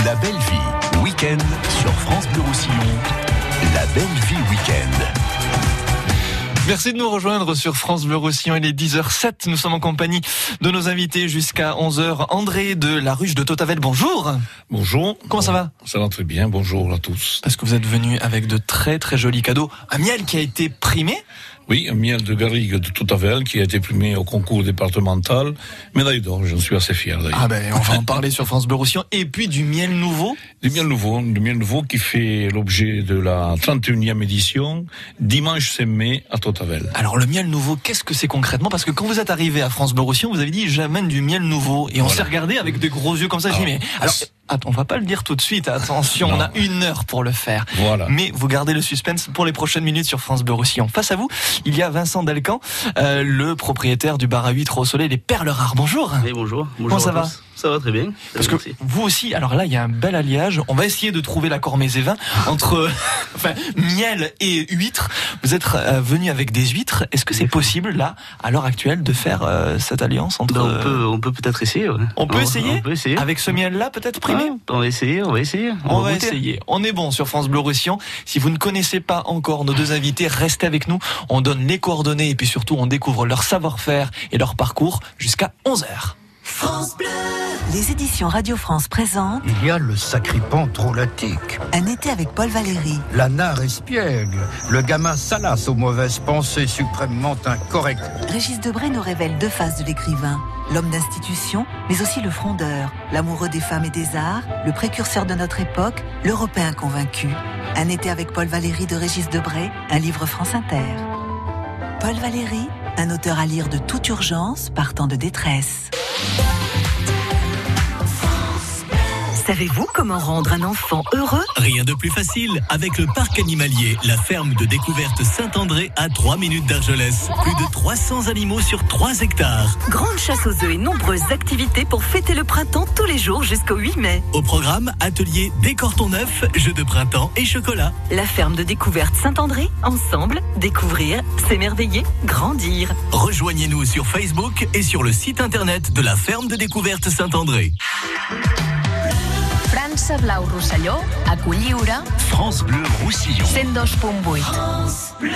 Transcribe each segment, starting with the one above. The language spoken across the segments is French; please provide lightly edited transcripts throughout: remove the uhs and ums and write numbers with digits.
La belle vie, week-end sur France Bleu Roussillon. La belle vie week-end. Merci de nous rejoindre sur France Bleu Roussillon. Il est 10h07. Nous sommes en compagnie de nos invités jusqu'à 11h. André de la Ruche de Tautavel, bonjour. Bonjour. Comment ça va ? Ça va très bien, bonjour à tous. Est-ce que vous êtes venu avec de très très jolis cadeaux ? Un miel qui a été primé ? Oui, un miel de garrigue de Tautavel qui a été primé au concours départemental. Médaille d'or, j'en suis assez fier d'ailleurs. Ah ben, on va en parler sur France Bleu Roussillon. Et puis du miel nouveau ? Du miel nouveau qui fait l'objet de la 31e édition, dimanche 5 mai à Tautavel. Alors le miel nouveau, qu'est-ce que c'est concrètement ? Parce que quand vous êtes arrivé à France Bleu Roussillon, vous avez dit j'amène du miel nouveau. Et on s'est regardé avec des gros yeux comme ça. Je dis mais alors... Attends, on va pas le dire tout de suite, attention, on a 1 heure pour le faire. Voilà. Mais vous gardez le suspense pour les prochaines minutes sur France Bleu Roussillon. Face à vous, il y a Vincent Delcan, le propriétaire du bar à huîtres au soleil, les Perles Rares. Bonjour. Oui, bonjour. Comment ça va ? Ça va très bien. Parce que vous aussi, alors là, il y a un bel alliage. On va essayer de trouver l'accord mets et vins entre miel et huîtres. Vous êtes venu avec des huîtres. Est-ce que c'est possible, là, à l'heure actuelle, de faire cette alliance entre... On peut peut-être essayer. Ouais. On peut essayer ? On peut essayer. Avec ce miel-là, peut-être primé ? On va essayer. On va essayer. On est bon sur France Bleu Roussillon. Si vous ne connaissez pas encore nos deux invités, restez avec nous. On donne les coordonnées et puis surtout, on découvre leur savoir-faire et leur parcours jusqu'à 11h. France Bleu. Les éditions Radio France présentent Il y a le sacripant drôlatique, Un été avec Paul Valéry, la nare espiègle, le gamin salace aux mauvaises pensées suprêmement incorrectes. Régis Debray nous révèle 2 faces de l'écrivain, l'homme d'institution, mais aussi le frondeur, l'amoureux des femmes et des arts, le précurseur de notre époque, l'Européen convaincu. Un été avec Paul Valéry de Régis Debray, un livre France Inter. Paul Valéry, un auteur à lire de toute urgence, partant de détresse. Savez-vous comment rendre un enfant heureux ? Rien de plus facile avec le parc animalier, la ferme de découverte Saint-André à 3 minutes d'Argelès. Plus de 300 animaux sur 3 hectares. Grande chasse aux œufs et nombreuses activités pour fêter le printemps tous les jours jusqu'au 8 mai. Au programme, atelier décor ton œuf, jeux de printemps et chocolat. La ferme de découverte Saint-André, ensemble, découvrir, s'émerveiller, grandir. Rejoignez-nous sur Facebook et sur le site internet de la ferme de découverte Saint-André. França Blau Rosselló, a Cotlliure, France Bleu Roussillon. 102.8. France Bleu.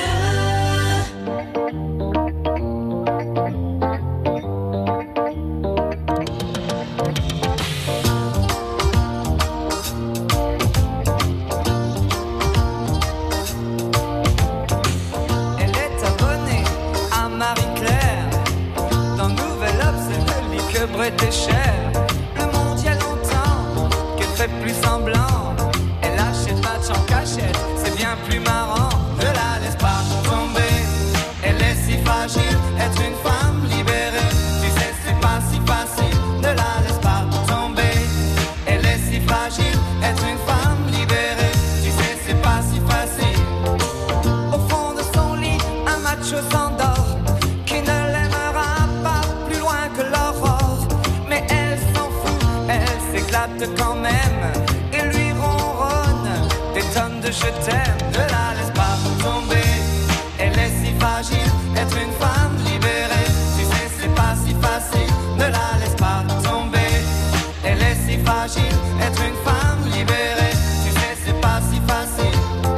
Elle est abonnée à Marie-Claire. Dans Nouvel Obs, elle ne lit que Bret et Cher. Le monde y a longtemps qu'elle fait plus semblant. Elle achète match en cachette, c'est bien plus marrant. Ne la laisse pas tomber, elle est si fragile. Être une femme libérée, tu sais c'est pas si facile. Ne la laisse pas tomber, elle est si fragile. Être une femme libérée, tu sais c'est pas si facile. Au fond de son lit, un macho s'endort, qui ne l'aimera pas plus loin que l'aurore. Mais elle s'en fout, elle s'éclate quand même, et lui ronronne des tonnes de je t'aime. Ne la laisse pas tomber, elle est si fragile. Être une femme libérée, tu sais c'est pas si facile. Ne la laisse pas tomber, elle est si fragile. Être une femme libérée, tu sais c'est pas si facile.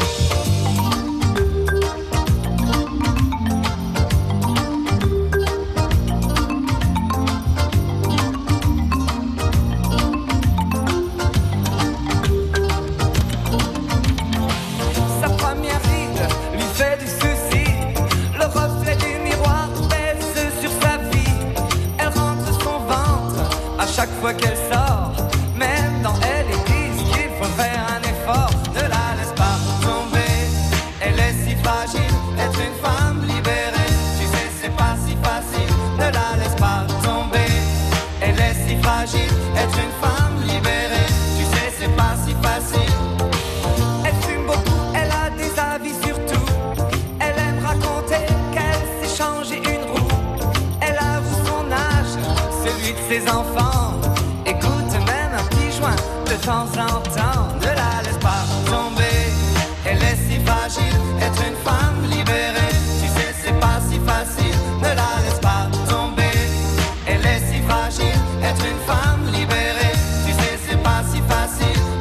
Sa première ride lui fait du souci. Le reflet du miroir pèse sur sa vie. Elle rentre son ventre à chaque fois qu'elle sort. Même dans elle, ils disent qu'il faut faire un effort. Ne la laisse pas tomber, elle est si fragile. Être une femme libérée, tu sais c'est pas si facile. Ne la laisse pas tomber, elle est si fragile. Être une femme libérée, tu sais c'est pas si facile. Elle fume beaucoup, elle a des avis sur tout. Elle aime raconter qu'elle s'est changé une roue. Elle avoue son âge, celui de ses enfants. Écoute même un petit joint de temps en temps. Ne la laisse pas tomber, elle est si fragile. Être une femme libérée, tu sais c'est pas si facile. Ne la laisse pas tomber, elle est si fragile. Être une femme libérée, tu sais c'est pas si facile.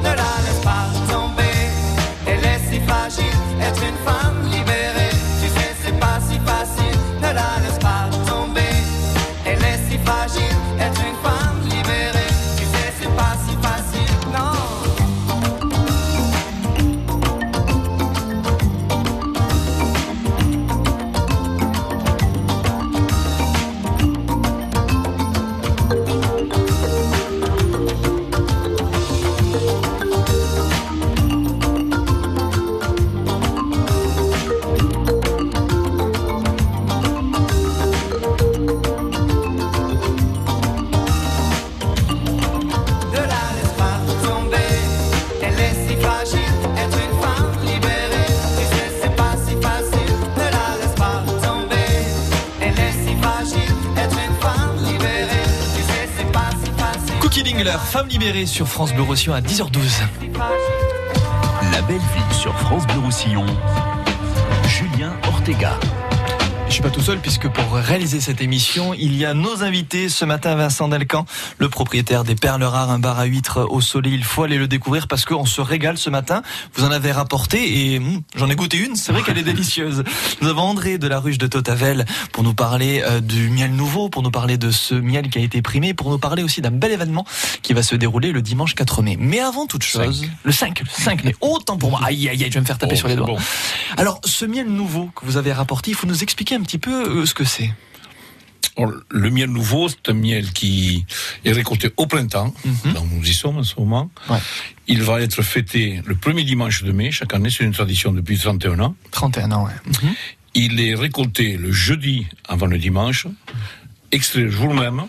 Spengler, femme libérée sur France Bleu Roussillon à 10h12. La belle vie sur France Bleu Roussillon. Julien Ortega. Je suis pas tout seul puisque pour réaliser cette émission, il y a nos invités ce matin. Vincent Delcan, le propriétaire des Perles Rares, un bar à huîtres au Soleil. Il faut aller le découvrir parce qu'on se régale ce matin. Vous en avez rapporté et j'en ai goûté une. C'est vrai qu'elle est délicieuse. Nous avons André de la Ruche de Totavel pour nous parler du miel nouveau, pour nous parler de ce miel qui a été primé, pour nous parler aussi d'un bel événement qui va se dérouler le dimanche 4 mai. Mais avant toute chose, le 5 mai, autant pour moi. Aïe, aïe, aïe, je vais me faire taper sur les doigts. Bon. Alors, ce miel nouveau que vous avez rapporté, il faut nous expliquer un petit peu ce que c'est. Alors, le miel nouveau, c'est un miel qui est récolté au printemps, donc nous y sommes en ce moment. Ouais. Il va être fêté le premier dimanche de mai, chaque année, c'est une tradition depuis 31 ans. 31 ans, ouais. Il est récolté le jeudi avant le dimanche, extrait le jour même,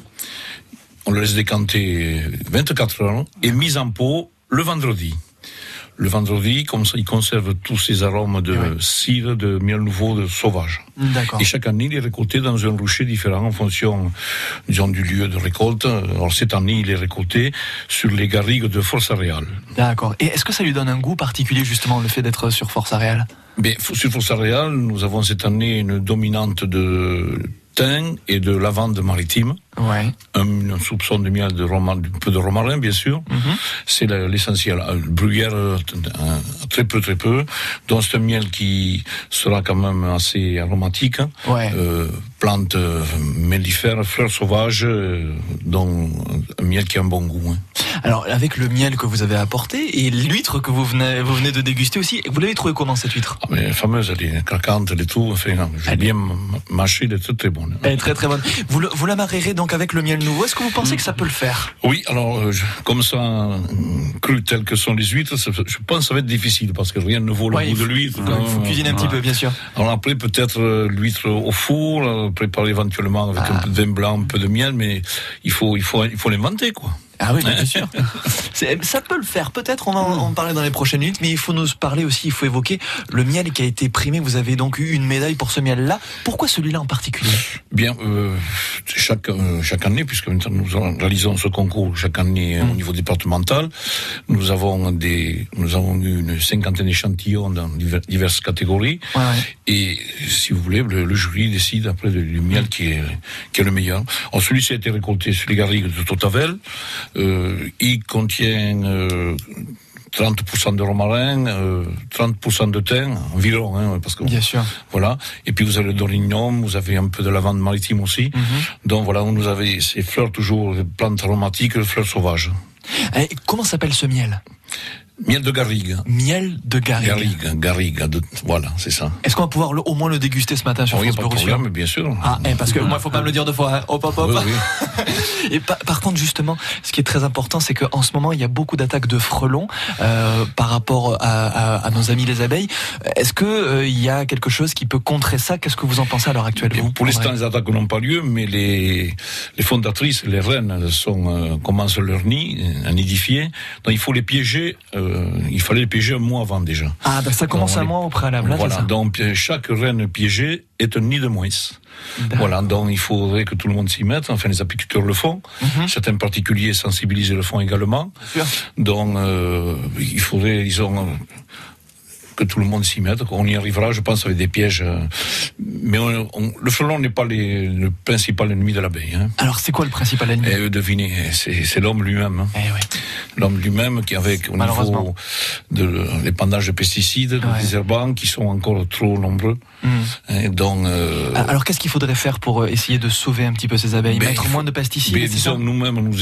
on le laisse décanter 24 heures, et mis en pot le vendredi. Le vendredi, comme ça, il conserve tous ces arômes de cire, de miel nouveau, de sauvage. D'accord. Et chaque année, il est récolté dans un rucher différent en fonction, disons, du lieu de récolte. Alors, cette année, il est récolté sur les garrigues de Force-Aréal. D'accord. Et est-ce que ça lui donne un goût particulier, justement, le fait d'être sur Force-Aréal ? Bien, sur Force-Aréal, nous avons cette année une dominante de thym et de lavande maritime. Ouais. Un soupçon de miel, un peu de romarin, bien sûr. C'est l'essentiel. Bruyère, très peu. Donc c'est un miel qui sera quand même assez aromatique. Ouais. Plante mellifère, fleurs sauvages, donc un miel qui a un bon goût. Alors, avec le miel que vous avez apporté et l'huître que vous venez de déguster aussi, vous l'avez trouvé comment, cette huître ? Mais fameuse, elle est craquante, elle est tout. Enfin, j'ai bien mâché, elle est très très bonne. Elle est très très bonne. Vous la marierez donc avec le miel nouveau. Est-ce que vous pensez que ça peut le faire ? Oui, alors, comme ça, cru tel que sont les huîtres, je pense que ça va être difficile parce que rien ne vaut le goût de l'huître. Il faut cuisiner un petit peu, bien sûr. Alors après, peut-être l'huître au four, préparer éventuellement avec un peu de vin blanc, un peu de miel, mais il faut l'inventer, quoi. Ah oui, bien sûr. Ça peut le faire. Peut-être on va en parler dans les prochaines minutes, mais il faut nous parler aussi, il faut évoquer le miel qui a été primé. Vous avez donc eu une médaille pour ce miel-là. Pourquoi celui-là en particulier ? Bien, chaque année, puisque maintenant nous réalisons ce concours chaque année au niveau départemental, nous avons eu une cinquantaine d'échantillons dans diverses catégories. Ouais. Et si vous voulez, le jury décide après du miel qui est le meilleur. Alors celui-ci a été récolté sur les garrigues de Totavel. Il contient 30% de romarin, 30% de thym environ, parce que bien sûr. Voilà. Et puis vous avez le dorignum, vous avez un peu de lavande maritime aussi. Donc voilà, vous avez ces fleurs toujours, des plantes aromatiques, fleurs sauvages. Et comment s'appelle ce miel ? Miel de garrigue. Miel de garrigue. Garrigue, voilà, c'est ça. Est-ce qu'on va pouvoir au moins le déguster ce matin sur France Bleu Roussillon ? Oui, bien sûr. Parce que moi, faut pas me le dire deux fois. Hein. Hop. Oui. Et par contre, justement, ce qui est très important, c'est qu'en ce moment, il y a beaucoup d'attaques de frelons par rapport à nos amis les abeilles. Est-ce que il y a quelque chose qui peut contrer ça ? Qu'est-ce que vous en pensez à l'heure actuelle ? Pour l'instant, les attaques n'ont pas lieu, mais les fondatrices, les reines, commencent leur nid, à nidifier. Donc il faut les piéger. Il fallait les piéger un mois avant déjà. Ah, ben ça commence un mois au préalable. Voilà, c'est ça. donc chaque reine piégée est un nid de moins. Voilà, donc il faudrait que tout le monde s'y mette. Enfin, les apiculteurs le font. Certains particuliers sensibilisés le font également. Donc, il faudrait, disons, que tout le monde s'y mette. On y arrivera, je pense, avec des pièges. Mais le frelon n'est pas le principal ennemi de l'abeille. Alors, c'est quoi le principal ennemi ? Devinez, c'est l'homme lui-même. Oui. L'homme lui-même qui, avec au niveau de l'épandage de pesticides, de désherbants, qui sont encore trop nombreux. Donc, alors, qu'est-ce qu'il faudrait faire pour essayer de sauver un petit peu ces abeilles ? Mettre moins de pesticides ? Disons, nous-mêmes, nous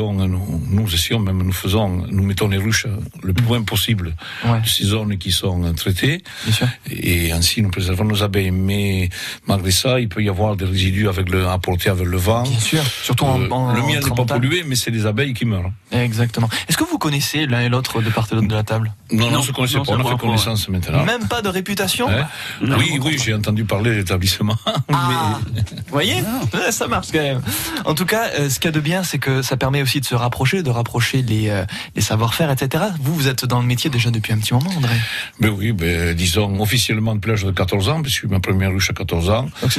mettons les ruches le plus loin possible de ces zones qui sont traitées. Et ainsi, nous préservons nos abeilles. Mais malgré ça, il peut y avoir des résidus apportés avec le vent. Bien sûr, surtout le miel n'est pas pollué, mais c'est les abeilles qui meurent. Exactement. Est-ce que vous connaissez l'un et l'autre de part et d'autre de la table ? Non, on ne se connaissait pas. On a fait connaissance maintenant. Même pas de réputation ? Oui, j'ai entendu parler de l'établissement. Vous voyez, ça marche quand même. En tout cas, ce qu'il y a de bien, c'est que ça permet aussi de se rapprocher, les savoir-faire, etc. Vous êtes dans le métier déjà depuis un petit moment, André. Oui, disons officiellement depuis l'âge de 14 ans, puisque ma première ruche à 14 ans. Donc c'était hier, hein ?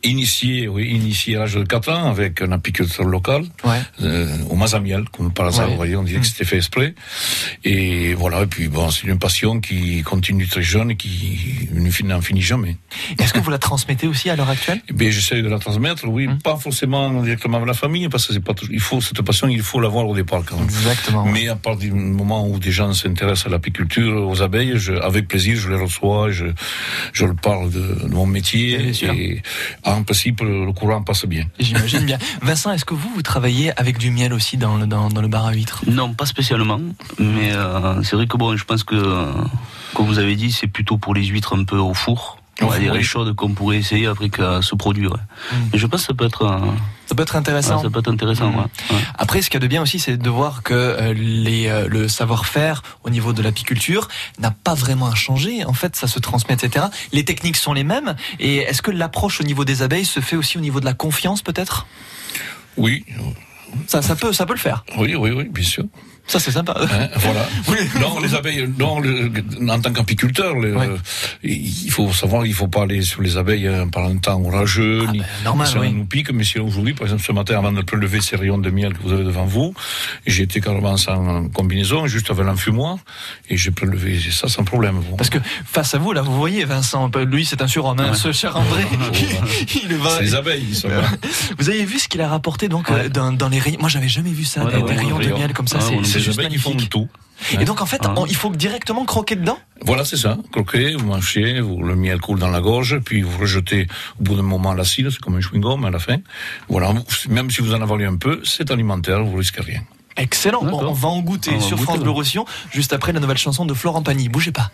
Initié à l'âge de 4 ans avec un apiculteur local, au Mazamiel, comme par hasard, vous voyez, on disait que c'était fait exprès. Et voilà, et puis bon, c'est une passion qui continue très jeune et qui n'en finit jamais. Est-ce que vous la transmettez aussi à l'heure actuelle? J'essaie de la transmettre, pas forcément directement avec la famille, parce que c'est pas cette passion, il faut l'avoir au départ quand même. Exactement. Mais à partir du moment où des gens s'intéressent à l'apiculture, aux abeilles, avec plaisir, je les reçois, je leur parle de mon métier, et en principe, le courant passe bien. J'imagine bien. Vincent, est-ce que vous travaillez avec du miel aussi dans le bar à huîtres? Non, pas spécialement, mais c'est vrai que bon, je pense que, comme vous avez dit, c'est plutôt pour les huîtres un peu au four. On va dire les chaudes qu'on pourrait essayer avec ce produit. Et je pense que ça peut être intéressant. Ça peut être intéressant. Après, ce qu'il y a de bien aussi, c'est de voir que le savoir-faire au niveau de l'apiculture n'a pas vraiment changé. En fait, ça se transmet, etc. Les techniques sont les mêmes. Et est-ce que l'approche au niveau des abeilles se fait aussi au niveau de la confiance, peut-être? Oui. Ça peut le faire. Oui, bien sûr. Ça, c'est sympa. Voilà. Non, les abeilles, en tant qu'apiculteur, il faut savoir, il faut pas aller sur les abeilles par un temps orageux, normal, ça nous pique, mais si aujourd'hui, par exemple, ce matin, avant de prélever ces rayons de miel que vous avez devant vous, j'ai été carrément sans combinaison, juste avec l'enfumoir, et j'ai prélevé ça sans problème. Parce que, face à vous, là, vous voyez, Vincent, lui, c'est un surhomme, ce cher André, c'est les abeilles, ça va. Vous avez vu ce qu'il a rapporté, donc, dans les rayons? Moi, j'avais jamais vu ça, des rayons de miel comme ça, c'est juste magnifique. Ils font tout. Et donc en fait, il faut directement croquer dedans? Voilà, c'est ça. Croquer, vous mâchez, le miel coule dans la gorge, puis vous rejetez au bout d'un moment l'acide, c'est comme un chewing-gum à la fin. Voilà, même si vous en avalez un peu, c'est alimentaire, vous risquez rien. Excellent. Bon, on va en goûter sur France Bleu Roussillon, juste après la nouvelle chanson de Florent Pagny. Bougez pas.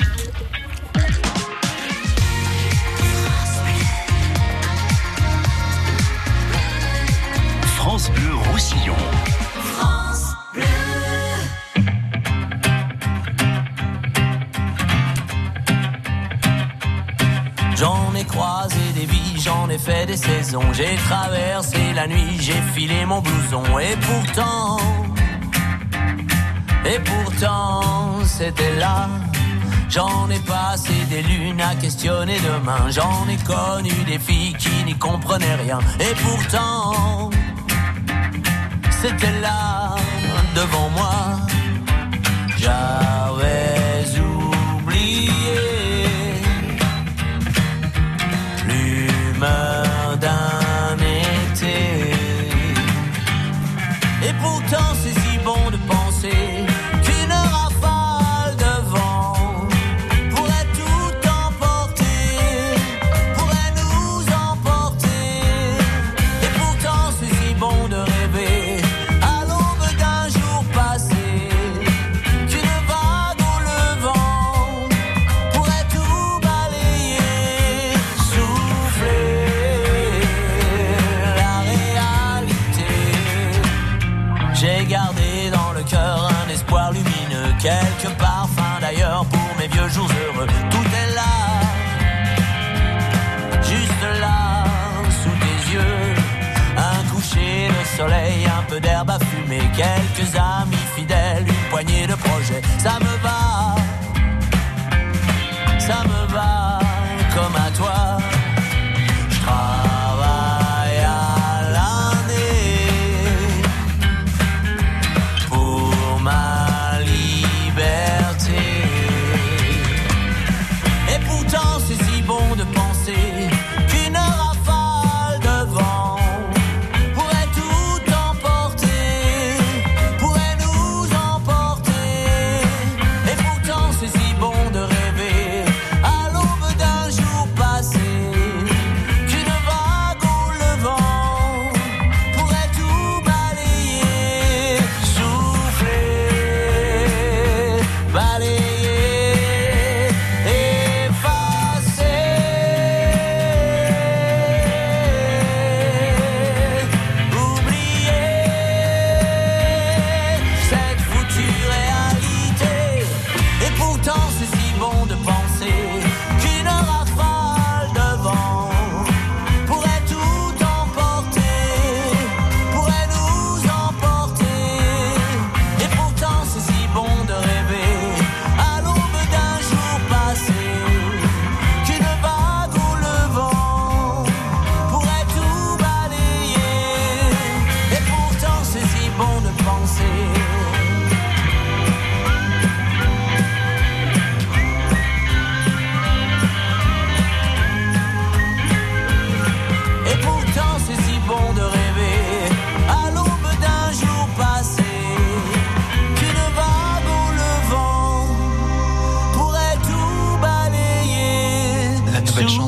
France Bleu Roussillon. France Bleu. J'en ai croisé des vies, j'en ai fait des saisons. J'ai traversé la nuit, j'ai filé mon blouson. Et pourtant, c'était là. J'en ai passé des lunes à questionner demain. J'en ai connu des filles qui n'y comprenaient rien. Et pourtant, c'était là, devant moi. J'avais oublié l'humeur d'un été. Et pourtant c'est si bon de penser qu'une rafale de vent pourrait tout emporter, pourrait nous emporter. Et pourtant c'est si bon de rêver à l'aube d'un jour passé qu'une vague au levant pourrait tout balayer, souffler la réalité. J'ai gardé dans le cœur un espoir lumineux, quelques parfums d'ailleurs pour mes vieux jours heureux. Tout est là, juste là, sous tes yeux. Un coucher de soleil, un peu d'herbe à fumer, quelques amis fidèles, une poignée de projets. Ça me va comme à toi. Je travaille à l'année pour ma liberté. Et pourtant c'est si bon de penser qu'une rafale de vent pourrait tout emporter, pourrait nous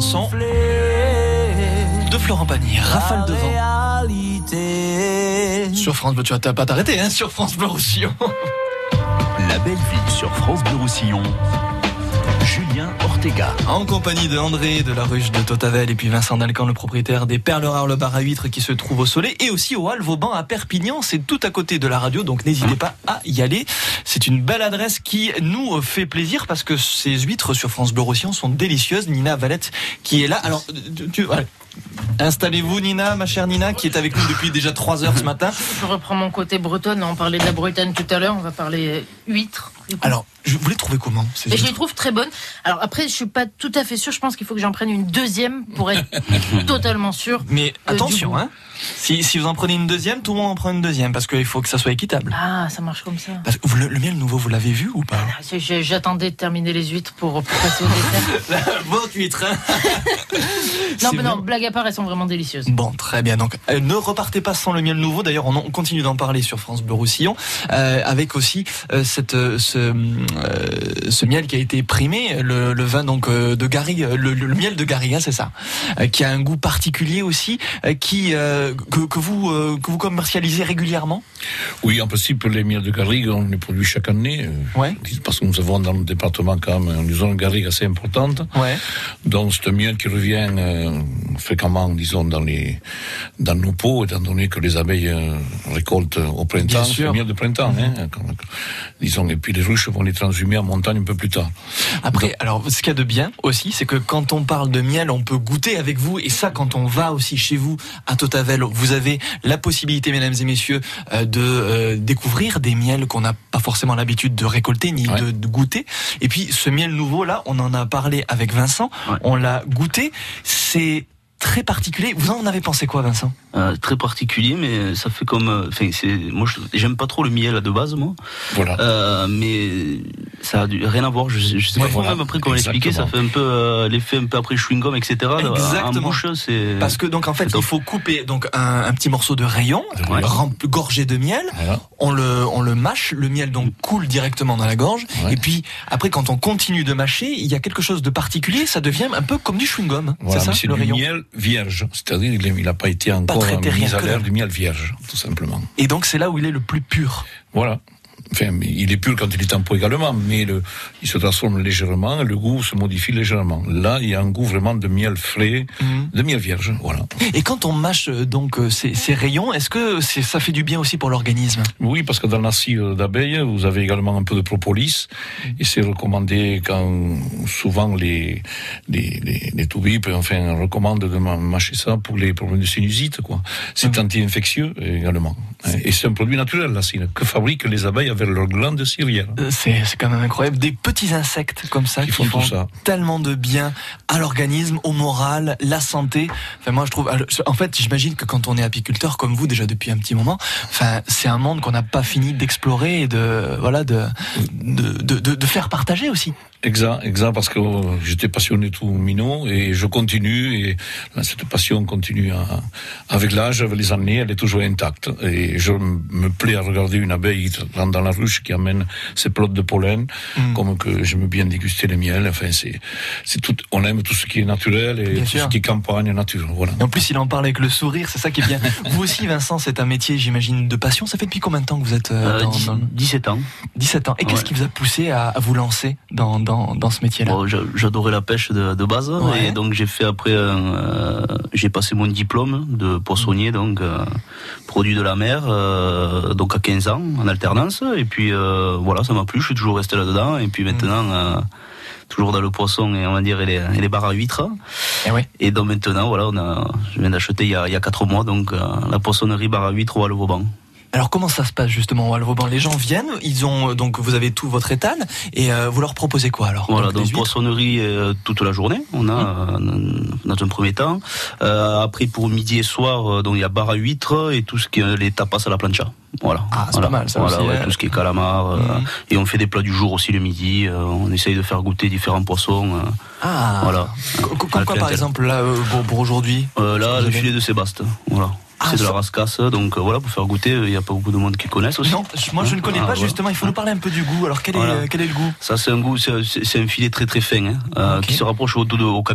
chanson de Florent Pagny, Rafale de vent. Sur France Bleu, tu vas pas t'arrêter, hein, sur France Bleu Roussillon. La belle vie sur France Bleu Roussillon. Julien Ortega. En compagnie de André de la Ruche de Totavel et puis Vincent Dalcan, le propriétaire des Perles Rares, le bar à huîtres qui se trouve au Soleil et aussi au Hall Vauban à Perpignan. C'est tout à côté de la radio, donc n'hésitez pas à y aller. C'est une belle adresse qui nous fait plaisir parce que ces huîtres sur France Bleu Roussillon sont délicieuses. Nina Valette qui est là. Alors, ouais. Installez-vous Nina, ma chère Nina, qui est avec nous depuis déjà 3 heures ce matin. Je reprends mon côté bretonne, on parlait de la Bretagne tout à l'heure, on va parler huîtres. Alors, vous les trouvez comment Et je les trouve très bonnes. Alors après, je suis pas tout à fait sûr, je pense qu'il faut que j'en prenne une deuxième pour être totalement sûr. Mais attention, hein, si vous en prenez une deuxième, tout le monde en prend une deuxième, parce qu'il faut que ça soit équitable. Ah, ça marche comme ça. Parce que le miel nouveau, vous l'avez vu ou pas? J'attendais de terminer les huîtres pour passer au dessert. Votre huître, hein. Non, mais non, blague à part, elles sont vraiment délicieuses. Bon, très bien. Donc, ne repartez pas sans le miel nouveau. D'ailleurs, on continue d'en parler sur France Bleu Roussillon, avec aussi ce miel qui a été primé, le vin donc de Garrigue, le miel de Garrigue, hein, c'est ça, qui a un goût particulier aussi, que vous commercialisez régulièrement. Oui, en principe, les miels de Garrigue, on les produit chaque année. Ouais. Parce que nous avons dans le département quand même une zone de Garrigue assez importante. Ouais. Donc, c'est un miel qui revient fréquemment, disons, dans nos pots, étant donné que les abeilles récoltent au printemps. C'est le miel de printemps, hein, disons. Et puis les ruches vont les transhumer en montagne un peu plus tard. Après, alors, ce qu'il y a de bien aussi, c'est que quand on parle de miel, on peut goûter avec vous. Et ça, quand on va aussi chez vous à Totavel, vous avez la possibilité, mesdames et messieurs, de découvrir des miels qu'on n'a pas forcément l'habitude de récolter ni de goûter. Et puis, ce miel nouveau, là, on en a parlé avec Vincent. Ouais. On l'a goûté. C'est très particulier. Vous en avez pensé quoi, Vincent? Très particulier, mais ça fait comme. Moi, j'aime pas trop le miel de base, moi. Voilà. Mais ça a rien à voir. Je sais pas même après comment l'expliquer. Ça fait un peu l'effet un peu après chewing gum, etc. Exactement. En bouche, c'est. Parce que donc en fait, il faut couper donc un petit morceau de rayon, gorgé de miel. Voilà. On le mâche. Le miel donc coule directement dans la gorge. Ouais. Et puis après, quand on continue de mâcher, il y a quelque chose de particulier. Ça devient un peu comme du chewing gum. Voilà, c'est ça, c'est le rayon. Miel vierge, c'est-à-dire il n'a pas été encore mis à l'air du miel vierge, tout simplement. Et donc c'est là où il est le plus pur. Voilà. Enfin, il est pur quand il est en pot également, mais il se transforme légèrement, le goût se modifie légèrement. Là, il y a un goût vraiment de miel frais, de miel vierge, voilà. Et quand on mâche donc ces rayons, est-ce que ça fait du bien aussi pour l'organisme? Oui, parce que dans la cire d'abeille, vous avez également un peu de propolis, et c'est recommandé quand souvent les toubibs, enfin, recommandent de mâcher ça pour les problèmes de sinusite, quoi. C'est anti-infectieux également. Et c'est un produit naturel, la cire, que fabriquent les abeilles avec leurs glandes ciliaires. C'est quand même incroyable. Des petits insectes comme ça qui font tellement de bien à l'organisme, au moral, la santé. Enfin, moi, je trouve. En fait, j'imagine que quand on est apiculteur comme vous déjà depuis un petit moment, enfin, c'est un monde qu'on n'a pas fini d'explorer et de faire partager aussi. Exact, parce que j'étais passionné tout minot et je continue et cette passion continue avec l'âge, avec les années, elle est toujours intacte et je me plais à regarder une abeille dans la ruche qui amène ses pelotes de pollen, comme que j'aime bien déguster le miel. Enfin, c'est tout. On aime tout ce qui est naturel et tout ce qui est campagne, nature. Voilà. Et en plus, il en parle avec le sourire, c'est ça qui est bien. Vous aussi, Vincent, c'est un métier, j'imagine, de passion. Ça fait depuis combien de temps que vous êtes 17 ans. 17 ans. Et qu'est-ce qui vous a poussé à vous lancer dans ce métier-là? Bon, j'adorais la pêche de base, et donc j'ai fait après, j'ai passé mon diplôme de poissonnier, donc produit de la mer, donc à 15 ans en alternance, et puis voilà, ça m'a plu, je suis toujours resté là-dedans, et puis maintenant toujours dans le poisson et on va dire et les bars à huîtres. Et donc maintenant voilà, je viens d'acheter il y a 4 mois donc la poissonnerie bar à huîtres au Hall Vauban. Alors comment ça se passe justement au Hall Vauban? Les gens viennent, donc vous avez tout votre étal et vous leur proposez quoi alors? Voilà, donc poissonnerie toute la journée, on a dans un premier temps. Après pour midi et soir, donc il y a bar à huîtres et tout ce qui est les tapas à la plancha. Voilà. Ah, c'est pas mal ça aussi. Tout ce qui est calamar. Et on fait des plats du jour aussi le midi. On essaye de faire goûter différents poissons. Voilà. Comme quoi par exemple là pour aujourd'hui? Là le filet de Sébaste. Voilà. C'est de la rascasse, donc voilà, pour faire goûter, il n'y a pas beaucoup de monde qui connaissent aussi. Non, moi je ne connais pas justement, il faut nous parler un peu du goût. Alors quel est le goût? Ça c'est un goût, c'est un filet très très fin, qui se rapproche au cabillaud.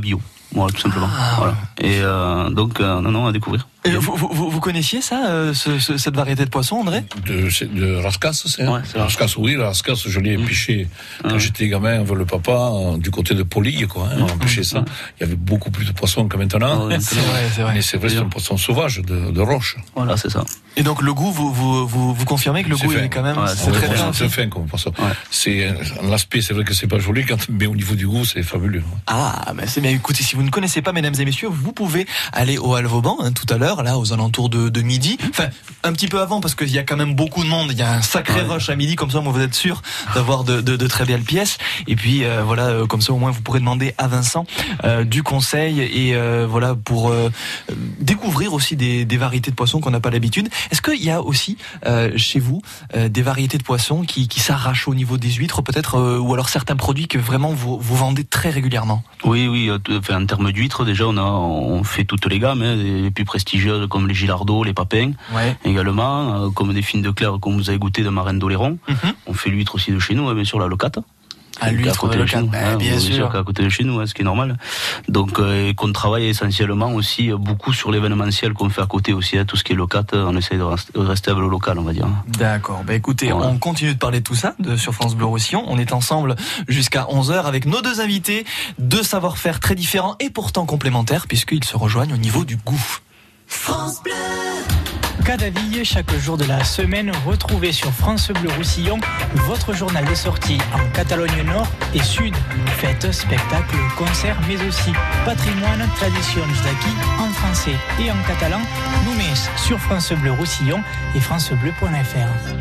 Voilà, tout simplement. Voilà. Et donc, non, à découvrir. Et vous connaissiez ça, cette variété de poisson, André? De rascasse, c'est ouais, la rascasse, oui, la rascasse, je l'ai pêché quand j'étais gamin avec le papa, du côté de Polille, quoi. On pêchait ça. Il y avait beaucoup plus de poissons que maintenant. C'est vrai. Mais c'est vrai, c'est un poisson sauvage de roche. Voilà, c'est ça. Et donc le goût, vous confirmez que le goût est quand même, c'est très bien. C'est fin comme poisson. Ouais. C'est l'aspect, c'est vrai que c'est pas joli, mais au niveau du goût, c'est fabuleux. Ah, ben c'est bien. Écoutez, si vous ne connaissez pas, mesdames et messieurs, vous pouvez aller au Halle-Vauban tout à l'heure, là, aux alentours de midi. Enfin, un petit peu avant, parce qu'il y a quand même beaucoup de monde. Il y a un sacré rush à midi, comme ça, moi, vous êtes sûr d'avoir de très belles pièces. Et puis, voilà, comme ça, au moins, vous pourrez demander à Vincent du conseil et voilà, pour découvrir aussi des variétés de poissons qu'on n'a pas l'habitude. Est-ce qu'il y a aussi chez vous des variétés de poissons qui s'arrachent au niveau des huîtres, peut-être, ou alors certains produits que vraiment vous vendez très régulièrement? Oui, en termes d'huîtres, déjà, on fait toutes les gammes, les plus prestigieuses comme les gilardots, les papins, également, comme des fines de clair, comme vous avez goûté de marraine d'Oléron. On fait l'huître aussi de chez nous, bien sûr, la locate. À l'huître de locate, bien sûr. À côté de chez nous, ce qui est normal. Donc, qu'on travaille essentiellement aussi beaucoup sur l'événementiel qu'on fait à côté aussi, tout ce qui est locate, on essaie de rester avec le local, on va dire. D'accord. Écoutez, on continue de parler de tout ça sur France Bleu Roussillon. On est ensemble jusqu'à 11h avec nos deux invités, deux savoir-faire très différents et pourtant complémentaires puisqu'ils se rejoignent au niveau du goût. France Bleu. Cadaville, chaque jour de la semaine, retrouvez sur France Bleu Roussillon votre journal de sortie en Catalogne Nord et Sud. Fêtes, spectacles, concerts, mais aussi patrimoine, traditions d'acquis en français et en catalan. Nous met sur France Bleu Roussillon et francebleu.fr.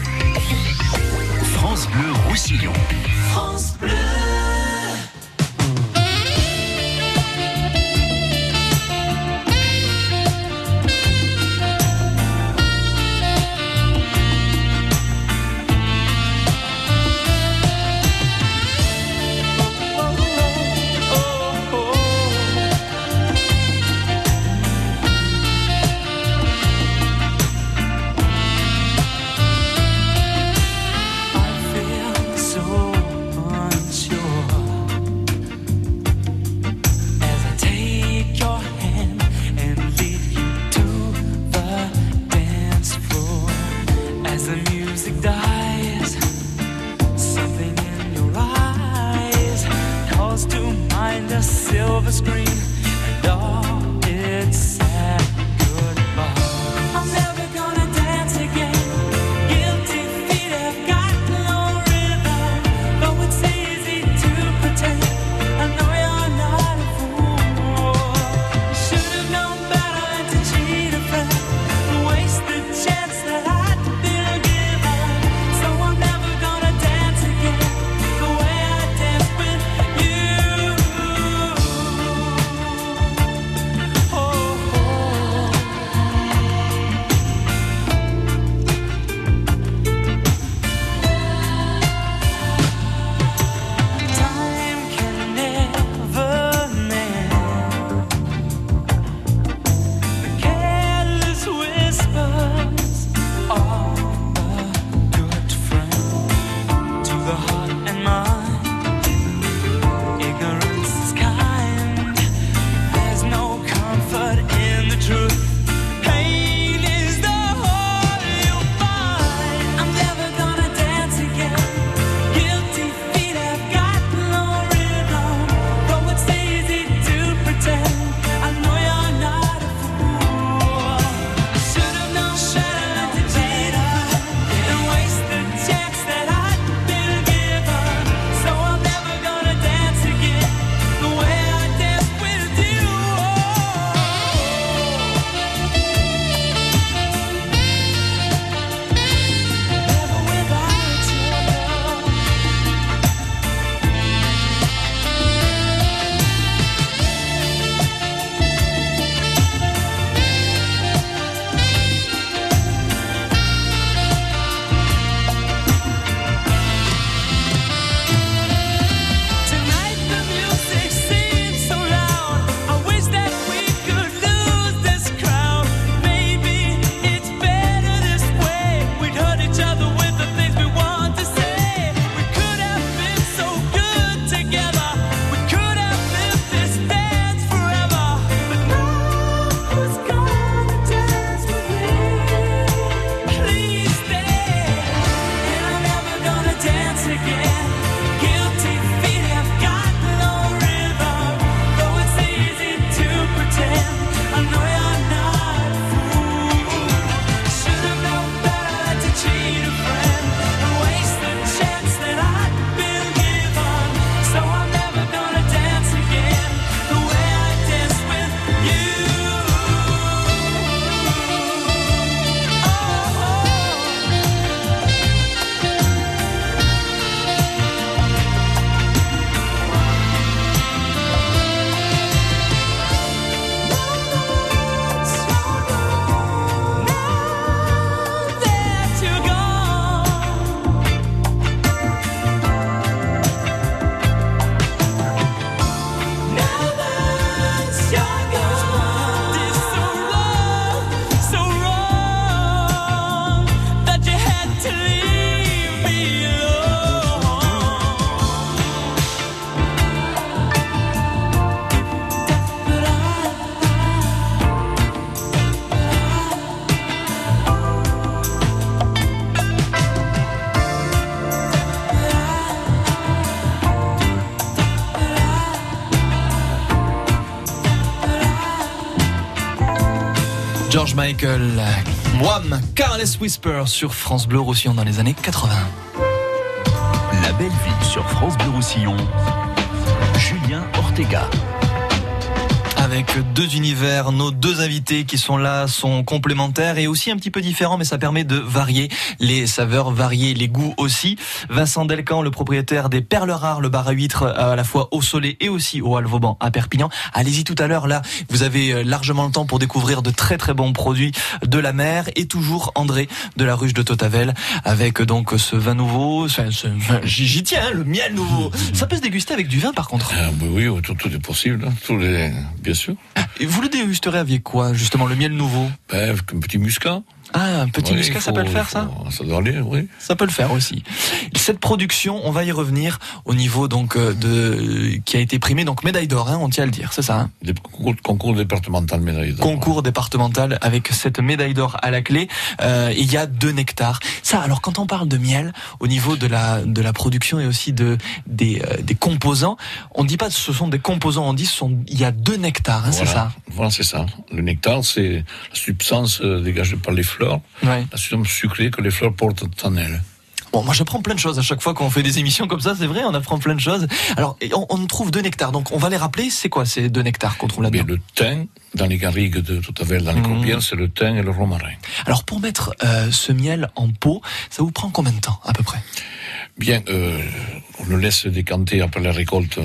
France Bleu Roussillon. France Bleu. George Michael, Wham, Careless Whisper sur France Bleu Roussillon dans les années 80. La belle vie sur France Bleu Roussillon, Julien Ortega. Avec deux univers, nos deux invités qui sont là sont complémentaires et aussi un petit peu différents, mais ça permet de varier les saveurs, varier les goûts aussi. Vincent Delcan, le propriétaire des Perles Rares, le bar à huîtres à la fois au Soleil et aussi au Halle-Vauban à Perpignan. Allez-y tout à l'heure, là, vous avez largement le temps pour découvrir de très très bons produits de la mer. Et toujours André de la Ruche de Totavel avec donc ce vin nouveau, j'y tiens, le miel nouveau. Ça peut se déguster avec du vin par contre. Oui, tout est possible, bien sûr. Et vous le dégusterez avec quoi, justement, le miel nouveau? Un petit muscat. Ah, un petit muscat, ça peut le faire, ça? Ça doit aller, oui. Ça peut le faire aussi. Cette production, on va y revenir au niveau donc qui a été primé, donc médaille d'or, on tient à le dire, c'est ça? Concours départemental médaille d'or. Concours départemental avec cette médaille d'or à la clé. Il y a 2 nectars. Ça, alors quand on parle de miel, au niveau de la production et aussi des composants, on ne dit pas que ce sont des composants, on dit il y a 2 nectars, voilà, c'est ça? Voilà, c'est ça. Le nectar, c'est la substance dégagée par les fleurs. La substance sucrée que les fleurs portent en elles. Bon, moi j'apprends plein de choses à chaque fois qu'on fait des émissions comme ça, c'est vrai, on apprend plein de choses. Alors, on trouve 2 nectars, donc on va les rappeler, c'est quoi ces 2 nectars qu'on trouve là-dedans? Le thym, dans les garrigues de Totavel, dans les Corbières, c'est le thym et le romarin. Alors pour mettre ce miel en pot, ça vous prend combien de temps à peu près? Bien, on le laisse décanter après la récolte,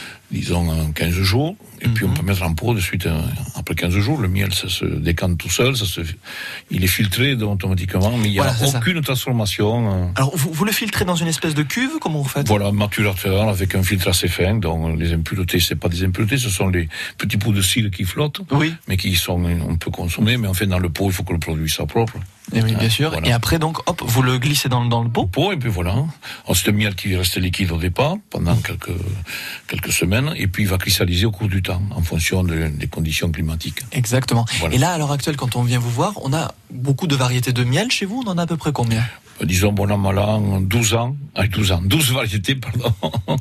disons 15 jours, et puis on peut mettre en pot de suite après 15 jours. Le miel, ça se décante tout seul, il est filtré automatiquement, mais il n'y a aucune transformation. Alors vous le filtrez dans une espèce de cuve, comment vous faites? Voilà, maturateur avec un filtre assez fin, donc les impuretés, c'est pas des impuretés, ce sont les petits pots de cire qui flottent, mais qui sont, on peut consommer, mais en fait dans le pot, il faut que le produit soit propre. Et oui, bien sûr. Voilà. Et après, donc, hop, vous le glissez dans le pot. Et puis voilà. C'est un miel qui reste liquide au départ, pendant quelques semaines, et puis il va cristalliser au cours du temps, en fonction des conditions climatiques. Exactement. Voilà. Et là, à l'heure actuelle, quand on vient vous voir, on a beaucoup de variétés de miel chez vous. On en a à peu près combien? Disons, bon an, mal an, 12 variétés, pardon.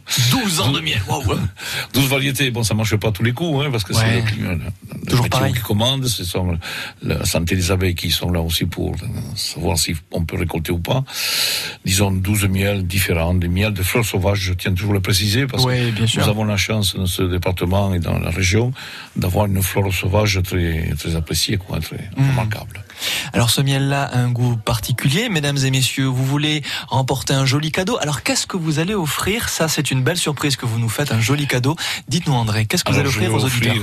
12 ans de miel, waouh! 12 variétés, bon, ça marche pas à tous les coups, parce que c'est toujours pareil. Qui commande, ce sont la santé des abeilles qui sont là aussi pour savoir si on peut récolter ou pas. Disons, 12 miels différents, des miels de fleurs sauvages, je tiens toujours à le préciser, parce que nous avons la chance dans ce département et dans la région d'avoir une flore sauvage très, très appréciée, très remarquable. Alors ce miel-là a un goût particulier, mesdames et messieurs, vous voulez remporter un joli cadeau. Alors qu'est-ce que vous allez offrir? Ça, c'est une belle surprise que vous nous faites, un joli cadeau. Dites-nous André, qu'est-ce que vous allez offrir aux auditeurs?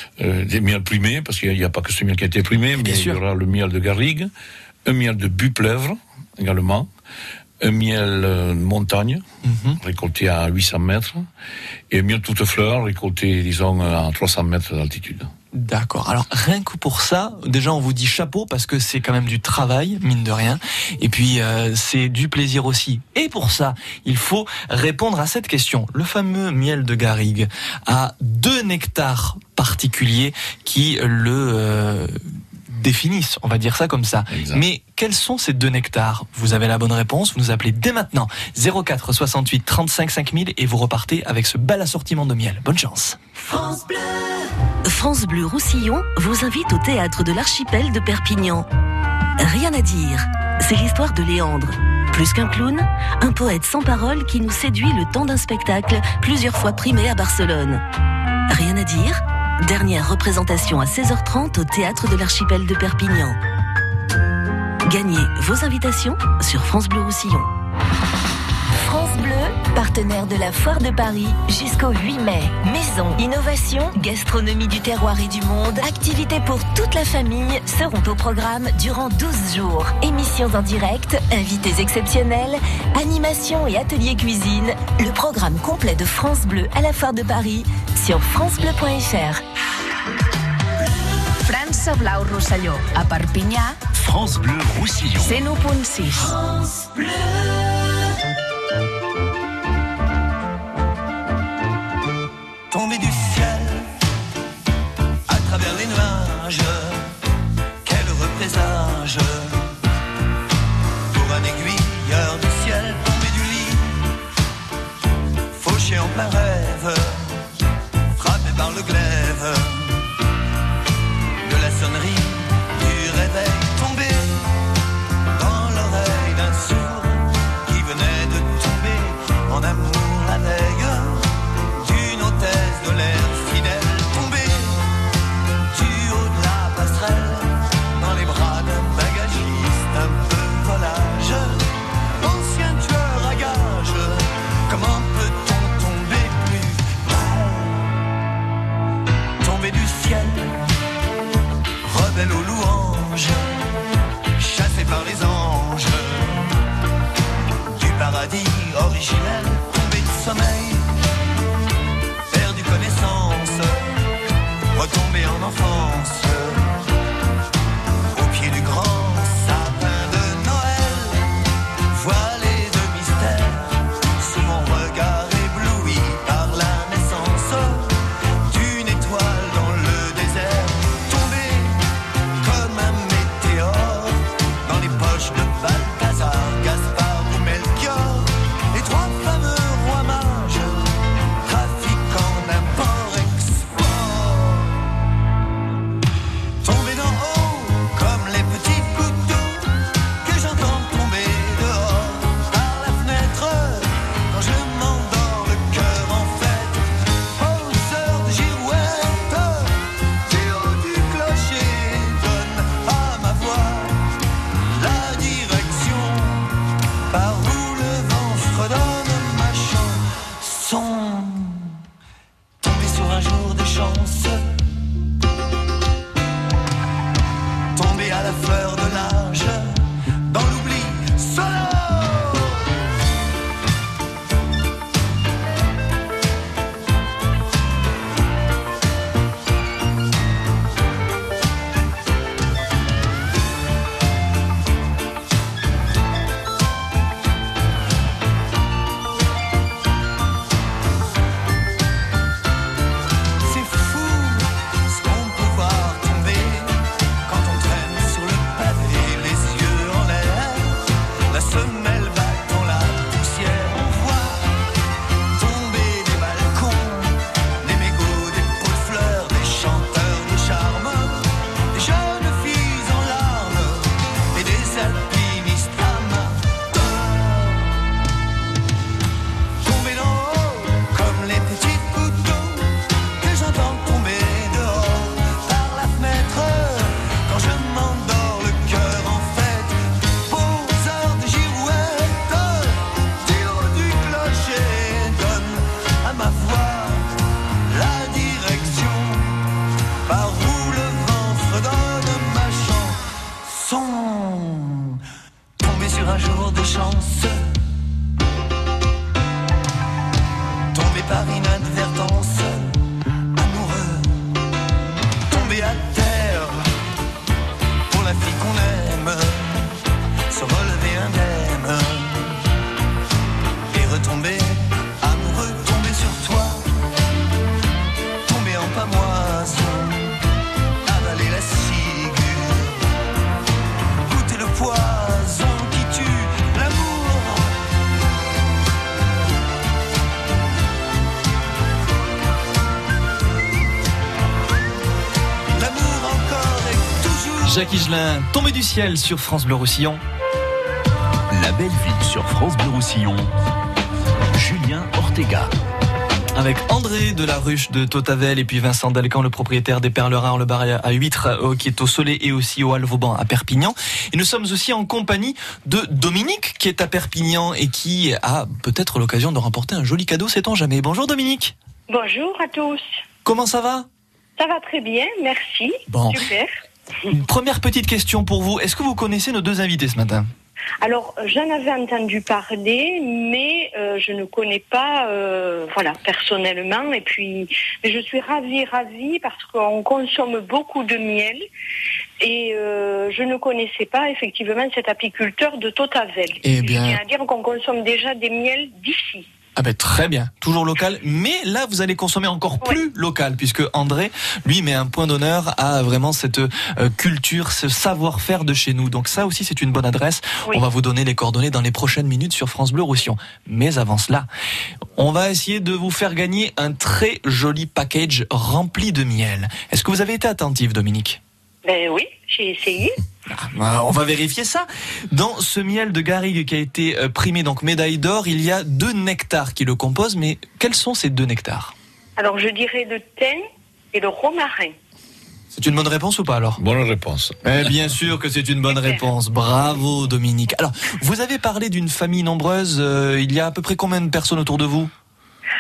Des miels primés, parce qu'il n'y a pas que ce miel qui a été primé, mais il y aura le miel de garrigue, un miel de buis-plèvre également, un miel montagne, récolté à 800 mètres, et un miel toute fleur, récolté, disons, à 300 mètres d'altitude. D'accord. Alors, rien que pour ça, déjà, on vous dit chapeau, parce que c'est quand même du travail, mine de rien. Et puis, c'est du plaisir aussi. Et pour ça, il faut répondre à cette question. Le fameux miel de garrigue a 2 nectars particuliers qui le définissent, on va dire ça comme ça. Exact. Mais quels sont ces 2 nectars? Vous avez la bonne réponse, vous nous appelez dès maintenant 04 68 35 5000 et vous repartez avec ce bel assortiment de miel. Bonne chance. France Bleu. France Bleu Roussillon vous invite au théâtre de l'Archipel de Perpignan. Rien à dire, c'est l'histoire de Léandre. Plus qu'un clown, un poète sans parole qui nous séduit le temps d'un spectacle plusieurs fois primé à Barcelone. Rien à dire, dernière représentation à 16h30 au théâtre de l'Archipel de Perpignan. Gagnez vos invitations sur France Bleu Roussillon. France Bleu, partenaire de la Foire de Paris jusqu'au 8 mai. Maison, innovation, gastronomie du terroir et du monde, activités pour toute la famille seront au programme durant 12 jours. Émissions en direct, invités exceptionnels, animations et ateliers cuisine. Le programme complet de France Bleu à la Foire de Paris sur francebleu.fr. France Blau Rosselló, a Perpinyà. France Bleu Roussillon. 101.6. France Bleu. Tombé du ciel, à travers les nuages, quel heureux présage, pour un aiguilleur du ciel tombé du lit, fauché en plein rêve, frappé par le glaive de la sonnerie du réveil. originel, tombé de sommeil, perdu connaissance, retombé en enfance, au pied du grand sapin de Noël, voilé de mystère, sous mon regard ébloui par la naissance d'une étoile dans le désert, tombé comme un météore dans les poches de Balthazar, Gaspard ou Melchior, les trois fameux rois mages, trafiquant d'import-export. Tombé d'en haut comme les petits gouttes d'eau que j'entends tomber dehors par la fenêtre quand je m'endors le cœur en fête. Aux heures de girouette, du haut du clocher donne à ma voix la direction par où le vent fredonne ma chanson. Tombé sur un jour de chance, tombé à la fleur de l'âge, dans l'oubli sonore. C'est fou ce qu'on peut voir tomber quand on traîne sur le pavé, les yeux en l'air, la semelle battant la poussière. On voit tomber des balcons, des mégots, des pots de fleurs, des chanteurs de charme, des jeunes filles en larmes et des alpinistes amateurs. Tomber d'en haut comme les petites gouttes d'eau que j'entends tomber dehors par la fenêtre quand je m'endors le cœur en fête. Aux heures de girouette, du haut du clocher donne à ma voix la direction par où le vent fredonne ma chanson. Tombé sur un jour de chance, tombé par inadvertance, amoureux, tombé à terre pour la fille qu'on aime, se relever indemne et retomber amoureux, tomber sur toi, tomber en pamoison, avaler la ciguë, goûter le poison qui tue l'amour. L'amour encore et toujours. Jacques Higelin, tombé du ciel sur France Bleu Roussillon. La belle vie sur France Bleu Roussillon. Julien Ortega. Avec André de la Ruche de Totavel et puis Vincent Delcan, le propriétaire des Perles Rares, le bar à Huîtres, qui est au Soleil et aussi au Halle-Vauban à Perpignan. Et nous sommes aussi en compagnie de Dominique, qui est à Perpignan et qui a peut-être l'occasion de remporter un joli cadeau, sait-on jamais. Bonjour Dominique. Bonjour à tous. Comment ça va? Ça va très bien, merci. Bon. Super. Une première petite question pour vous. Est-ce que vous connaissez nos deux invités ce matin? Alors, j'en avais entendu parler, mais je ne connais pas, personnellement. Et puis, mais je suis ravie parce qu'on consomme beaucoup de miel. Et je ne connaissais pas effectivement cet apiculteur de Totavel. Eh bien, je tiens à dire qu'on consomme déjà des miels d'ici. Ah ben très bien, toujours local, mais là vous allez consommer encore plus local, puisque André, lui, met un point d'honneur à vraiment cette culture, ce savoir-faire de chez nous. Donc ça aussi c'est une bonne adresse. Oui. On va vous donner les coordonnées dans les prochaines minutes sur France Bleu Roussillon. Mais avant cela, on va essayer de vous faire gagner un très joli package rempli de miel. Est-ce que vous avez été attentif, Dominique? Ben oui, j'ai essayé. On va vérifier ça. Dans ce miel de garrigue qui a été primé, donc médaille d'or, il y a 2 nectars qui le composent. Mais quels sont ces 2 nectars? Alors je dirais le thym et le romarin. C'est une bonne réponse ou pas alors? Bonne réponse. Bien sûr que c'est une bonne réponse. Bravo Dominique. Alors, vous avez parlé d'une famille nombreuse. Il y a à peu près combien de personnes autour de vous?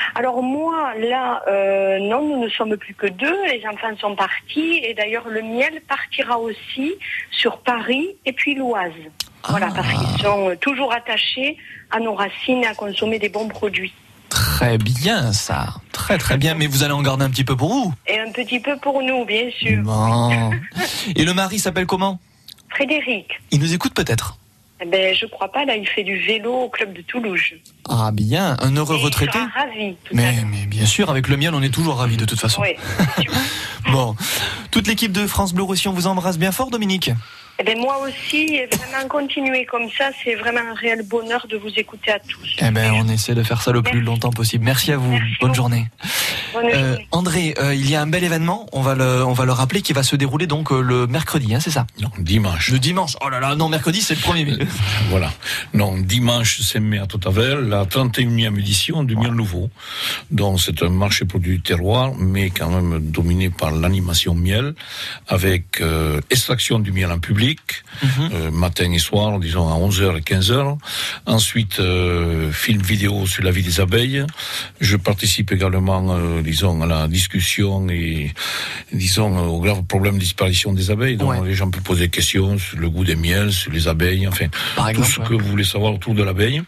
Alors moi, là, non, nous ne sommes plus que 2. Les enfants sont partis. Et d'ailleurs, le miel partira aussi sur Paris et puis l'Oise. Voilà, parce qu'ils sont toujours attachés à nos racines, à consommer des bons produits. Très bien, ça. Très très bien. Mais vous allez en garder un petit peu pour vous. Et un petit peu pour nous, bien sûr. Bon. Et le mari s'appelle comment ? Frédéric. Il nous écoute peut-être ? Eh ben, je crois pas, là, il fait du vélo au club de Toulouse. Ah bien, un heureux retraité. Il sera ravi. Mais bien sûr, avec le miel, on est toujours ravis de toute façon. Oui. Bon, toute l'équipe de France Bleu Roussillon vous embrasse bien fort, Dominique. Eh ben, moi aussi, et vraiment continuer comme ça, c'est vraiment un réel bonheur de vous écouter à tous. Eh ben, on essaie de faire ça le plus longtemps possible. Merci à vous. Bonne journée. Bonne journée. André, il y a un bel événement, on va le rappeler, qui va se dérouler donc le mercredi, hein, c'est ça ? Non, dimanche. Le dimanche. Oh là là, non, mercredi, c'est le 1er mai. Voilà. Non, dimanche 5 mai à Totavel, la 31e édition du miel nouveau. Donc c'est un marché produit du terroir, mais quand même dominé par l'animation miel, avec extraction du miel en public, matin et soir, disons à 11h et 15h. Ensuite, film vidéo sur la vie des abeilles. Je participe également, disons, à la discussion et, disons, au grave problème de disparition des abeilles. Donc les gens peuvent poser des questions sur le goût des miels, sur les abeilles, enfin, tout ce que vous voulez savoir autour de l'abeille.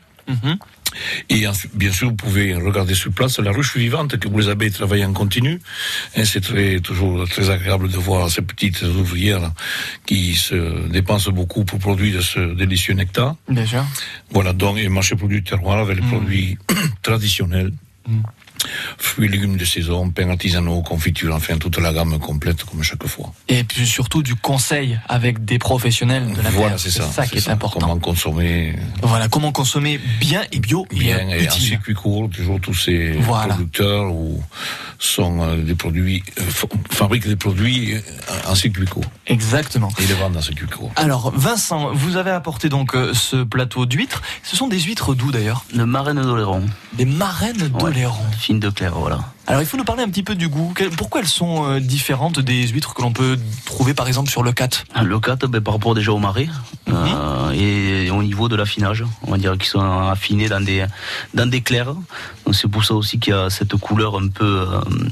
Et ensuite, bien sûr, vous pouvez regarder sur place la ruche vivante que les abeilles travaillent en continu. Et c'est toujours très agréable de voir ces petites ouvrières qui se dépensent beaucoup pour produire ce délicieux nectar. Bien sûr. Voilà, donc, et marché produit terroir avec les produits traditionnels. Fruits et légumes de saison, pains artisanaux, confitures, enfin toute la gamme complète comme chaque fois. Et puis surtout du conseil avec des professionnels de la terre. Voilà, c'est ça qui est important. Comment consommer. Voilà, comment consommer bien et bio. Bien et utile. en circuit court, toujours tous ces producteurs sont des produits, fabriquent des produits en circuit court. Exactement. Et les vendent en circuit court. Alors Vincent, vous avez apporté donc ce plateau d'huîtres. Ce sont des huîtres d'où d'ailleurs ? De marraine d'Oléron. Des marraines d'Oléron. Fine de clair, voilà. Alors il faut nous parler un petit peu du goût. Pourquoi elles sont différentes des huîtres que l'on peut trouver par exemple sur le Cat ? Le Cat, par rapport déjà au marais et au niveau de l'affinage, on va dire qu'ils sont affinés dans des clairs. Donc c'est pour ça aussi qu'il y a cette couleur un peu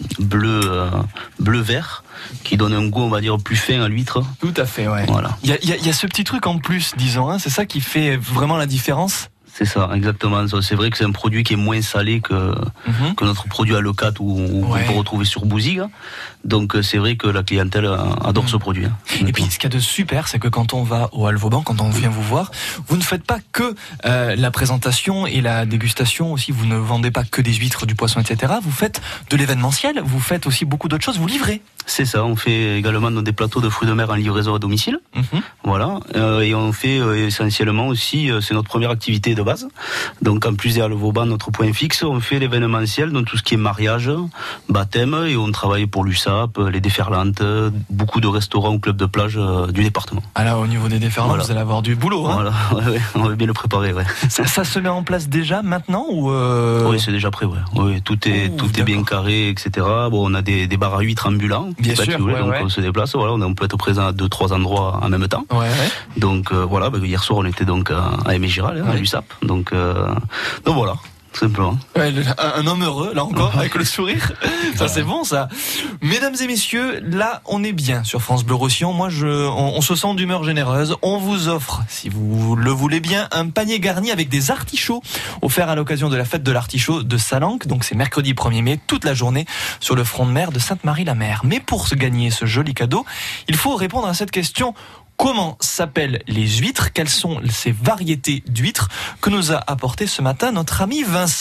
bleu-vert qui donne un goût, on va dire, plus fin à l'huître. Tout à fait, ouais. Voilà. Il y a ce petit truc en plus, disons, hein, c'est ça qui fait vraiment la différence. C'est ça, exactement. C'est vrai que c'est un produit qui est moins salé que notre produit à Lecat ou qu'on peut retrouver sur Bouzigues. Donc c'est vrai que la clientèle adore ce produit. Et puis ce qu'il y a de super, c'est que quand on va au Halle-Vauban, quand on vient vous voir, vous ne faites pas que la présentation et la dégustation aussi, vous ne vendez pas que des huîtres, du poisson, etc. Vous faites de l'événementiel, vous faites aussi beaucoup d'autres choses, vous livrez. C'est ça, on fait également des plateaux de fruits de mer en livraison à domicile. Voilà, et on fait essentiellement aussi, c'est notre première activité de base. Donc en plus des Halle-Vauban, notre point fixe, on fait l'événementiel, donc tout ce qui est mariage, baptême, et on travaille pour l'USAP, les déferlantes, beaucoup de restaurants ou clubs de plage du département. Alors au niveau des déferlantes, vous allez avoir du boulot. Hein. Voilà, on va bien le préparer. Ça se met en place déjà maintenant ou Oui, c'est déjà prêt. Oui, tout est bien carré, etc. Bon, on a des bars à huîtres ambulants. Bien sûr, donc on se déplace. Voilà, on peut être présent à 2-3 endroits en même temps. Donc voilà, hier soir on était donc à Aimé Giral, à l'USAP. Donc voilà. Tout simplement. Un homme heureux, là encore, avec le sourire. Ça, c'est bon, ça. Mesdames et messieurs, là, on est bien sur France Bleu Roussillon. Moi, on se sent d'humeur généreuse. On vous offre, si vous le voulez bien, un panier garni avec des artichauts, offert à l'occasion de la fête de l'artichaut de Salanque. Donc, c'est mercredi 1er mai, toute la journée, sur le front de mer de Sainte-Marie-la-Mer. Mais pour se gagner ce joli cadeau, il faut répondre à cette question. Comment s'appellent les huîtres ? Quelles sont ces variétés d'huîtres que nous a apporté ce matin notre ami Vincent ?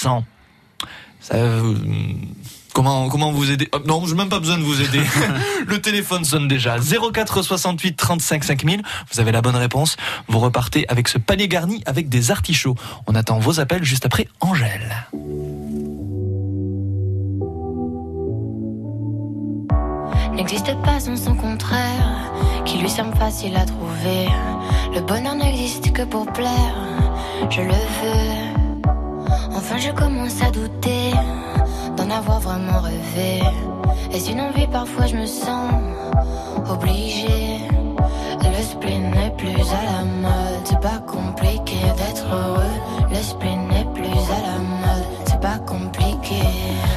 Comment vous aider ? Non, je n'ai même pas besoin de vous aider. Le téléphone sonne déjà. 04 68 35 5000. Vous avez la bonne réponse. Vous repartez avec ce panier garni avec des artichauts. On attend vos appels juste après Angèle. N'existe pas sans son contraire, qui lui semble facile à trouver. Le bonheur n'existe que pour plaire, je le veux. Enfin je commence à douter d'en avoir vraiment rêvé. Est-ce une envie, parfois je me sens obligée. Le spleen n'est plus à la mode, c'est pas compliqué d'être heureux. Le spleen n'est plus à la mode, c'est pas compliqué.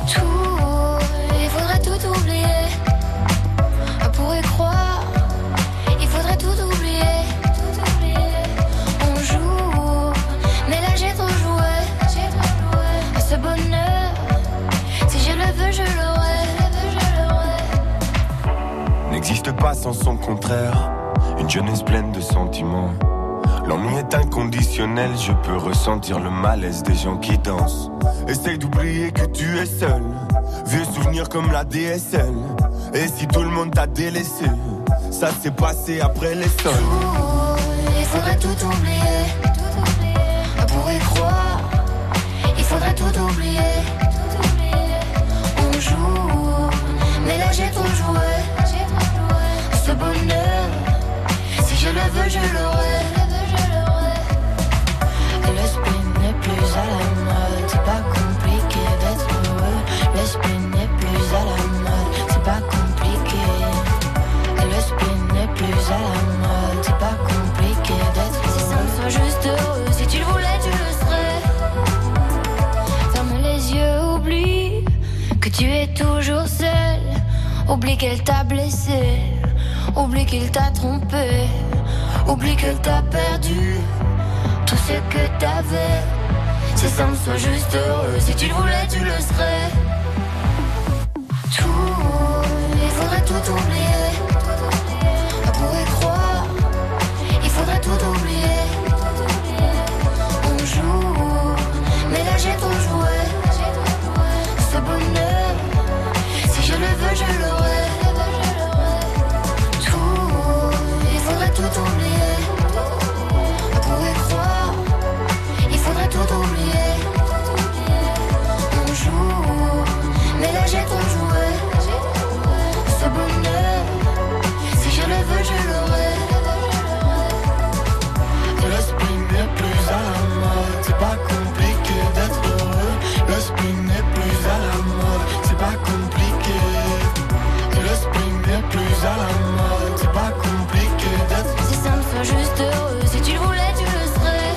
pas sans son contraire. Une jeunesse pleine de sentiments. L'ennui est inconditionnel, je peux ressentir le malaise des gens qui dansent. Essaye d'oublier que tu es seul. Vieux souvenirs comme la DSL. Et si tout le monde t'a délaissé, ça s'est passé après les sols. Il faudrait tout oublier, on pourrait croire. Il faudrait tout oublier. On joue, mais là j'ai trop joué. Ce bonheur, si je le veux, je l'aurai. Le spin n'est plus à la mode, c'est pas compliqué d'être heureux. Le spin n'est plus à la mode, c'est pas compliqué. Le spin n'est plus à la mode, c'est pas compliqué d'être heureux. Si ça me soit juste heureux, si tu le voulais, tu le serais. Ferme les yeux, oublie que tu es toujours seul. Oublie qu'elle t'a blessé, oublie qu'il t'a trompé, oublie qu'elle t'a perdu tout ce que t'avais. Si ça me soit juste heureux, si tu le voulais, tu le serais. Tout, il faudrait tout oublier. On pourrait croire, il faudrait tout oublier. On joue, mais là j'ai trop joué. Ce bonheur, si je le veux, je l'aurai. Tout, il faudrait tout oublier. On pourrait croire, il faudrait tout oublier. On joue, mais là j'ai trop joué. Ce bonheur, si je le veux, je l'aurai. Le spin n'est plus à la mode, c'est pas compliqué d'être heureux. Le spin n'est plus à la mode, c'est pas compliqué. Le spin n'est plus à la mode, c'est pas compliqué d'être. Si ça me fait juste heureux, si tu le voulais, tu le serais.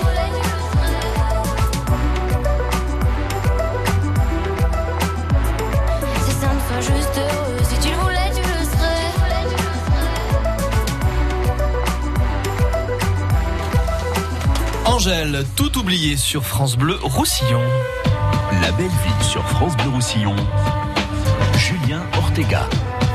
Si ça me fait juste heureux, si tu le voulais, tu le serais. Angèle, tout oublié sur France Bleu Roussillon. La belle vie sur France Bleu Roussillon. Julien Ortega.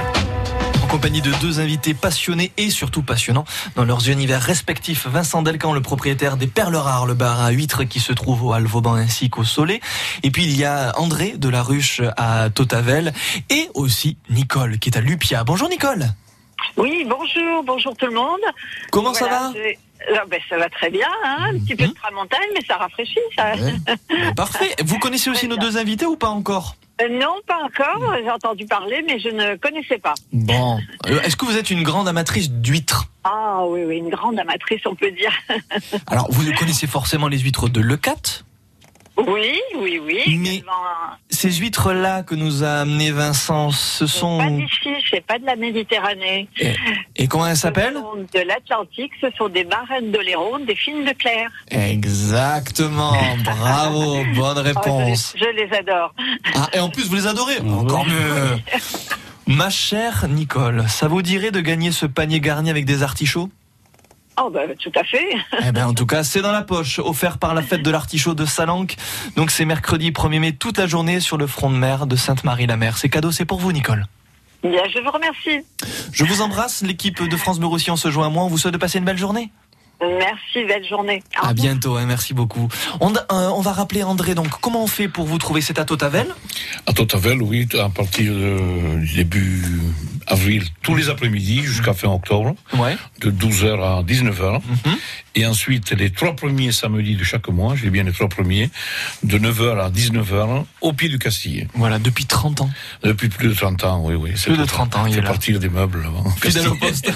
En compagnie de deux invités passionnés et surtout passionnants dans leurs univers respectifs. Vincent Delcan, le propriétaire des Perles Rares, le bar à huîtres qui se trouve au Halle-Vauban ainsi qu'au Soleil. Et puis il y a André de la Ruche à Tautavel et aussi Nicole qui est à Lupia. Bonjour Nicole. Oui, bonjour tout le monde. Comment ça va ? Ça va très bien, hein, un petit peu de tramontagne, mais ça rafraîchit, ça. Ouais. Parfait. Vous connaissez aussi nos deux invités ou pas encore ? Non, pas encore. J'ai entendu parler, mais je ne connaissais pas. Bon. Est-ce que vous êtes une grande amatrice d'huîtres ? Ah oui, une grande amatrice, on peut dire. Alors, vous connaissez forcément les huîtres de Leucate ? Oui. Mais ces huîtres-là que nous a amené Vincent, ce sont... Pas d'ici, c'est pas de la Méditerranée. Et comment elles s'appellent ? Ce sont de l'Atlantique, ce sont des marraines d'Oléron, des fines de Clair. Exactement, bravo, bonne réponse. Je les adore. Ah, et en plus, vous les adorez ? Encore mieux. Ma chère Nicole, ça vous dirait de gagner ce panier garni avec des artichauts ? Oh tout à fait. En tout cas, c'est dans la poche, offert par la fête de l'artichaut de Salanque. Donc c'est mercredi 1er mai, toute la journée sur le front de mer de Sainte-Marie-la-Mer. C'est cadeau, c'est pour vous Nicole. Bien, je vous remercie. Je vous embrasse, l'équipe de France Bleu Roussillon se joint à moi. On vous souhaite de passer une belle journée. Merci, belle journée. À bientôt, merci beaucoup. On va rappeler André, donc comment on fait pour vous trouver ? C'est à Tautavel ? À Tautavel, oui, à partir du début avril, tous les après-midi jusqu'à fin octobre, de 12h à 19h. Et ensuite, les 3 premiers samedis de chaque mois, j'ai bien les 3 premiers, de 9h à 19h, au pied du Castillet. Voilà, depuis 30 ans. Depuis plus de 30 ans, oui. Plus de 30 ans, il est là. Partir des meubles, là. Fidèle au poste.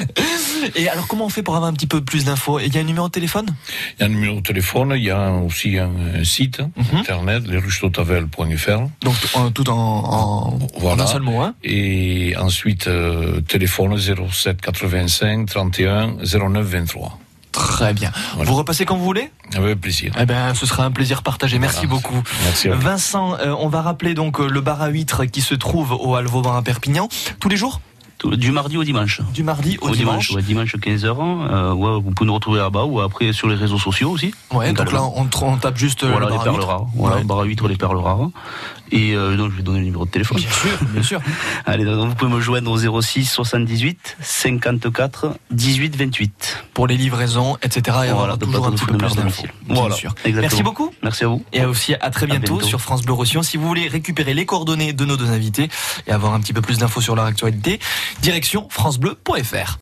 Et alors, comment on fait pour avoir un petit peu plus d'infos ? Il y a un numéro de téléphone ? Il y a un numéro de téléphone, il y a aussi un site, internet, lesruchetautavel.fr. Donc, tout en un seul mot, hein ? Et ensuite, téléphone 07 85 31 09 23. Très bien. Voilà. Vous repassez quand vous voulez ? Avec plaisir. Ce sera un plaisir partagé. Merci beaucoup. Merci à vous. Vincent, on va rappeler donc le bar à huîtres qui se trouve au Halle-Vauban à Perpignan. Tous les jours ? Du mardi au dimanche. Du mardi au dimanche. Ouais, dimanche 15h. Ouais, vous pouvez nous retrouver là-bas ou après sur les réseaux sociaux aussi. Ouais, donc là on tape juste voilà, le les perles rares. Voilà, bar à huîtres, les perles rares. Et donc je vais donner le numéro de téléphone. Bien sûr. Allez, donc vous pouvez me joindre au 06 78 54 18 28. Pour les livraisons, etc. Et voilà, toujours un petit peu plus d'infos. Voilà, sûr. exactement. Merci beaucoup. Merci à vous. Et aussi à très bientôt sur France Bleu Roussillon. Si vous voulez récupérer les coordonnées de nos deux invités et avoir un petit peu plus d'infos sur leur actualité, direction francebleu.fr.